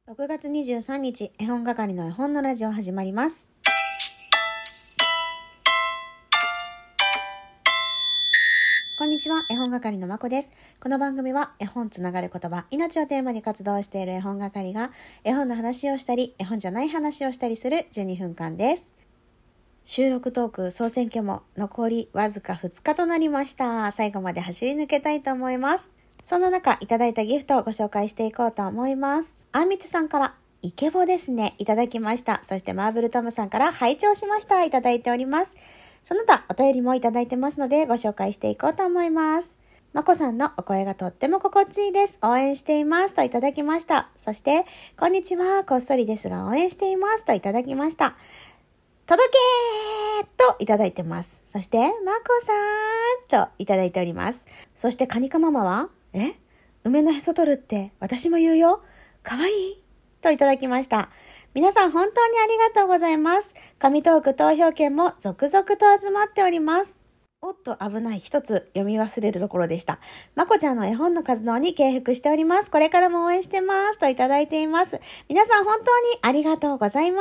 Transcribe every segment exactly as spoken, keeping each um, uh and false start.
ろくがつにじゅうさんにち、絵本係の絵本のラジオ始まります。こんにちは、絵本係のまこです。この番組は絵本つながる言葉、命をテーマに活動している絵本係が絵本の話をしたり、絵本じゃない話をしたりするじゅうにふんかんです。収録トーク総選挙も残りわずかふつかとなりました。最後まで走り抜けたいと思います。そんな中、いただいたギフトをご紹介していこうと思います。あんみつさんからイケボですね、いただきました。そしてマーブルトムさんから拝聴しました、いただいております。その他お便りもいただいてますのでご紹介していこうと思います。まこさんのお声がとっても心地いいです。応援していますといただきました。そしてこんにちは、こっそりですが応援していますといただきました。届けーといただいてます。そしてまこさんといただいております。そしてカニカママはえ梅のへそ取るって私も言うよ、かわいいといただきました。皆さん本当にありがとうございます。神トーク投票券も続々と集まっております。おっと危ない、一つ読み忘れるところでした。まこちゃんの絵本の活動に敬服しております。これからも応援してますといただいています。皆さん本当にありがとうございます。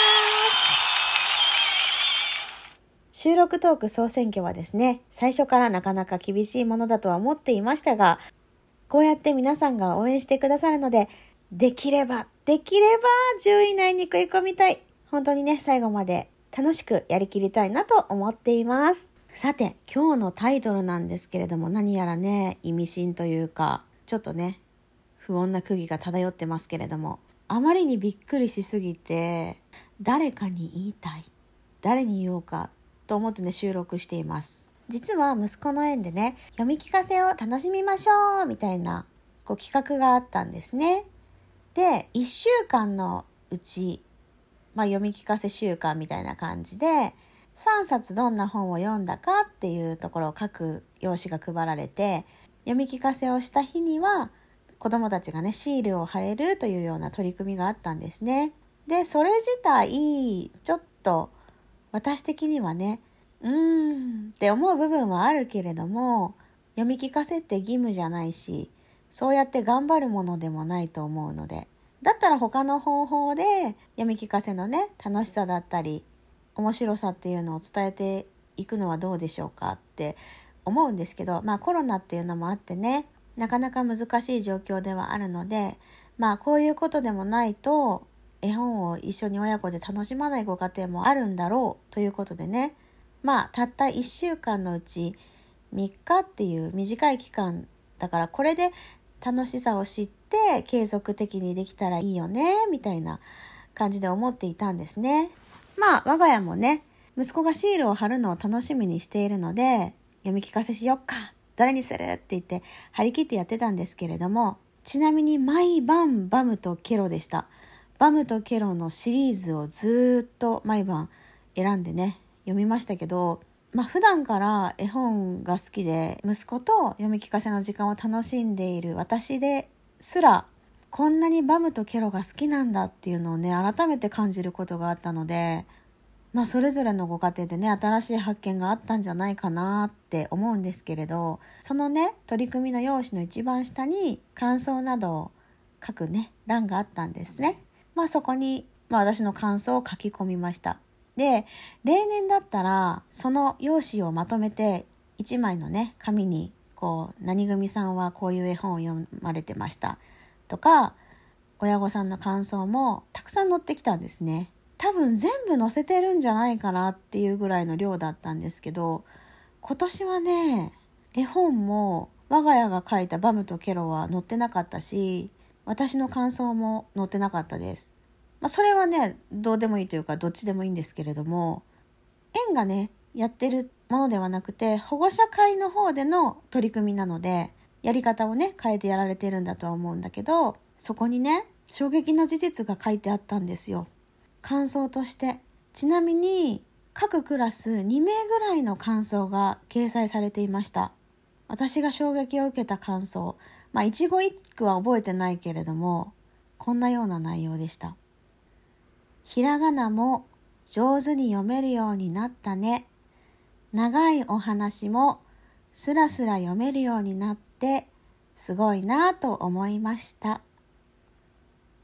収録トーク総選挙はですね、最初からなかなか厳しいものだとは思っていましたが、こうやって皆さんが応援してくださるので、できれば、できればじゅうい以内に食い込みたい。本当にね、最後まで楽しくやりきりたいなと思っています。さて、今日のタイトルなんですけれども、何やらね、意味深というか、ちょっとね、不穏な空気が漂ってますけれども、あまりにびっくりしすぎて、誰かに言いたい。誰に言おうかと思ってね、収録しています。実は息子の園でね、読み聞かせを楽しみましょうみたいなこう企画があったんですね。で、いっしゅうかんのうち、まあ、読み聞かせ週間みたいな感じで、さんさつどんな本を読んだかっていうところを書く用紙が配られて、読み聞かせをした日には子どもたちがね、シールを貼れるというような取り組みがあったんですね。で、それ自体ちょっと私的にはね、うーんって思う部分はあるけれども、読み聞かせって義務じゃないし、そうやって頑張るものでもないと思うので、だったら他の方法で読み聞かせのね、楽しさだったり面白さっていうのを伝えていくのはどうでしょうかって思うんですけど、まあコロナっていうのもあってね、なかなか難しい状況ではあるので、まあこういうことでもないと絵本を一緒に親子で楽しまないご家庭もあるんだろうということでね、まあたったいっしゅうかんのうちみっかっていう短い期間だから、これで楽しさを知って継続的にできたらいいよねみたいな感じで思っていたんですね。まあ我が家もね、息子がシールを貼るのを楽しみにしているので、読み聞かせしよっか、どれにするって言って張り切ってやってたんですけれども、ちなみに毎晩バムとケロでした。バムとケロのシリーズをずっと毎晩選んでね読みましたけど、まあ普段から絵本が好きで息子と読み聞かせの時間を楽しんでいる私ですら、こんなにバムとケロが好きなんだっていうのをね改めて感じることがあったので、まあそれぞれのご家庭でね新しい発見があったんじゃないかなって思うんですけれど、そのね取り組みの用紙の一番下に感想などを書くね欄があったんですね。まあそこに、まあ、私の感想を書き込みました。で、例年だったらその用紙をまとめていちまいのね紙にこう、何組さんはこういう絵本を読まれてましたとか、親御さんの感想もたくさん載ってきたんですね。多分全部載せてるんじゃないかなっていうぐらいの量だったんですけど、今年はね絵本も我が家が書いたバムとケロは載ってなかったし、私の感想も載ってなかったです。まあ、それはねどうでもいいというかどっちでもいいんですけれども、園がねやってるものではなくて保護者会の方での取り組みなので、やり方をね変えてやられてるんだとは思うんだけど、そこにね衝撃の事実が書いてあったんですよ、感想として。ちなみに各クラスにめいぐらいの感想が掲載されていました。私が衝撃を受けた感想、まあ一語一句は覚えてないけれども、こんなような内容でした。ひらがなも上手に読めるようになったね。長いお話もスラスラ読めるようになってすごいなぁと思いました。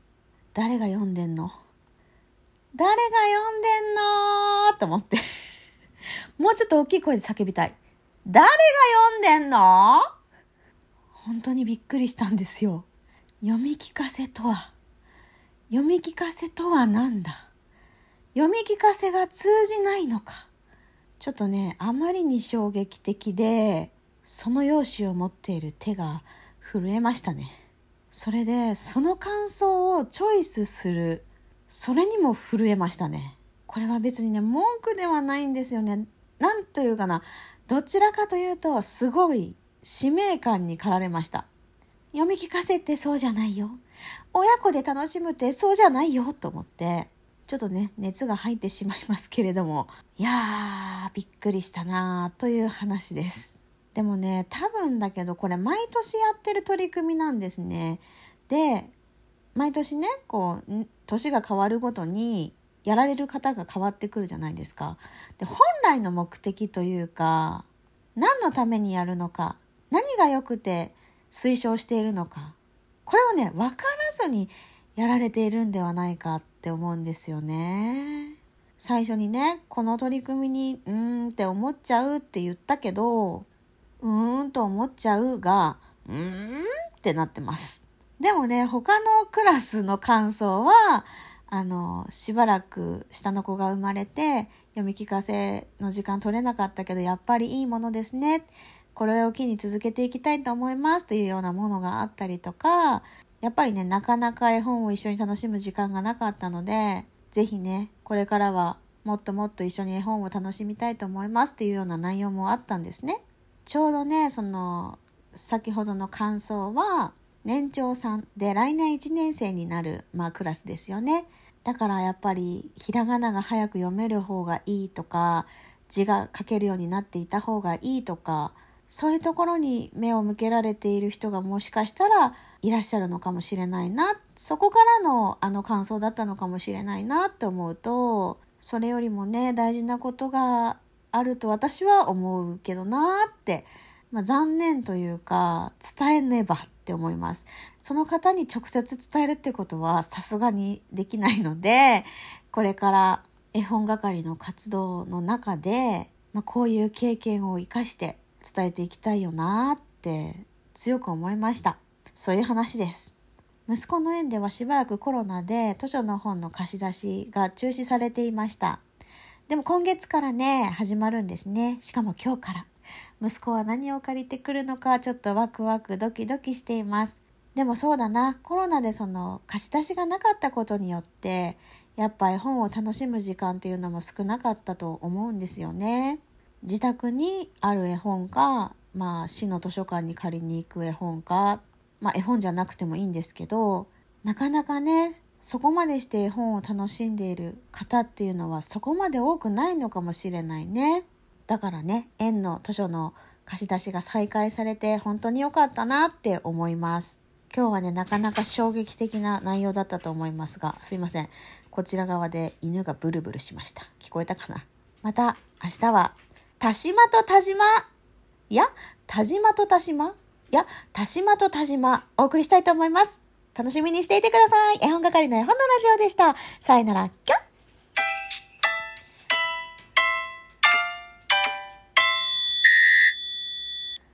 誰が読んでんの誰が読んでんのと思ってもうちょっと大きい声で叫びたい。誰が読んでんの？本当にびっくりしたんですよ。読み聞かせとは読み聞かせとはなんだ。読み聞かせが通じないのか。ちょっとね、あまりに衝撃的で、その用紙を持っている手が震えましたね。それでその感想をチョイスする、それにも震えましたね。これは別にね、文句ではないんですよね。なんというかな、どちらかというとすごい使命感に駆られました。読み聞かせってそうじゃないよ、親子で楽しむってそうじゃないよと思って、ちょっとね熱が入ってしまいますけれども、いやーびっくりしたなという話です。でもね、多分だけどこれ毎年やってる取り組みなんですね。で、毎年ね、こう年が変わるごとにやられる方が変わってくるじゃないですか。で、本来の目的というか、何のためにやるのか、何が良くて推奨しているのか、これをね分からずにやられているんではないかって思うんですよね。最初にね、この取り組みにうーんって思っちゃうって言ったけど、うーんと思っちゃうがうーんってなってます。でもね、他のクラスの感想は、あのしばらく下の子が生まれて読み聞かせの時間取れなかったけど、やっぱりいいものですね、これを機に続けていきたいと思いますというようなものがあったりとか、やっぱりね、なかなか絵本を一緒に楽しむ時間がなかったので、ぜひね、これからはもっともっと一緒に絵本を楽しみたいと思いますというような内容もあったんですね。ちょうどね、その先ほどの感想は年長さんで、来年いちねん生になる、まあ、クラスですよね。だからやっぱりひらがなが早く読める方がいいとか、字が書けるようになっていた方がいいとか、そういうところに目を向けられている人がもしかしたらいらっしゃるのかもしれないな、そこからのあの感想だったのかもしれないなって思うと、それよりもね、大事なことがあると私は思うけどなって、まあ、残念というか伝えねばって思います。その方に直接伝えるってことはさすがにできないので、これから絵本係の活動の中で、まあ、こういう経験を生かして伝えていきたいよなって強く思いました。そういう話です。息子の園ではしばらくコロナで図書の本の貸し出しが中止されていました。でも今月からね始まるんですね。しかも今日から。息子は何を借りてくるのかちょっとワクワクドキドキしています。でもそうだな、コロナでその貸し出しがなかったことによってやっぱ絵本を楽しむ時間っていうのも少なかったと思うんですよね。自宅にある絵本か、まあ、市の図書館に借りに行く絵本か、まあ、絵本じゃなくてもいいんですけど、なかなかねそこまでして絵本を楽しんでいる方っていうのはそこまで多くないのかもしれないね。だからね、園の図書の貸し出しが再開されて本当に良かったなって思います。今日はねなかなか衝撃的な内容だったと思いますが、すいません、こちら側で犬がブルブルしました。聞こえたかな。また明日は田島と田島、いや田島と田島、いや田島と田島お送りしたいと思います。楽しみにしていてください。絵本係の絵本のラジオでした。さよなら、きゃっ。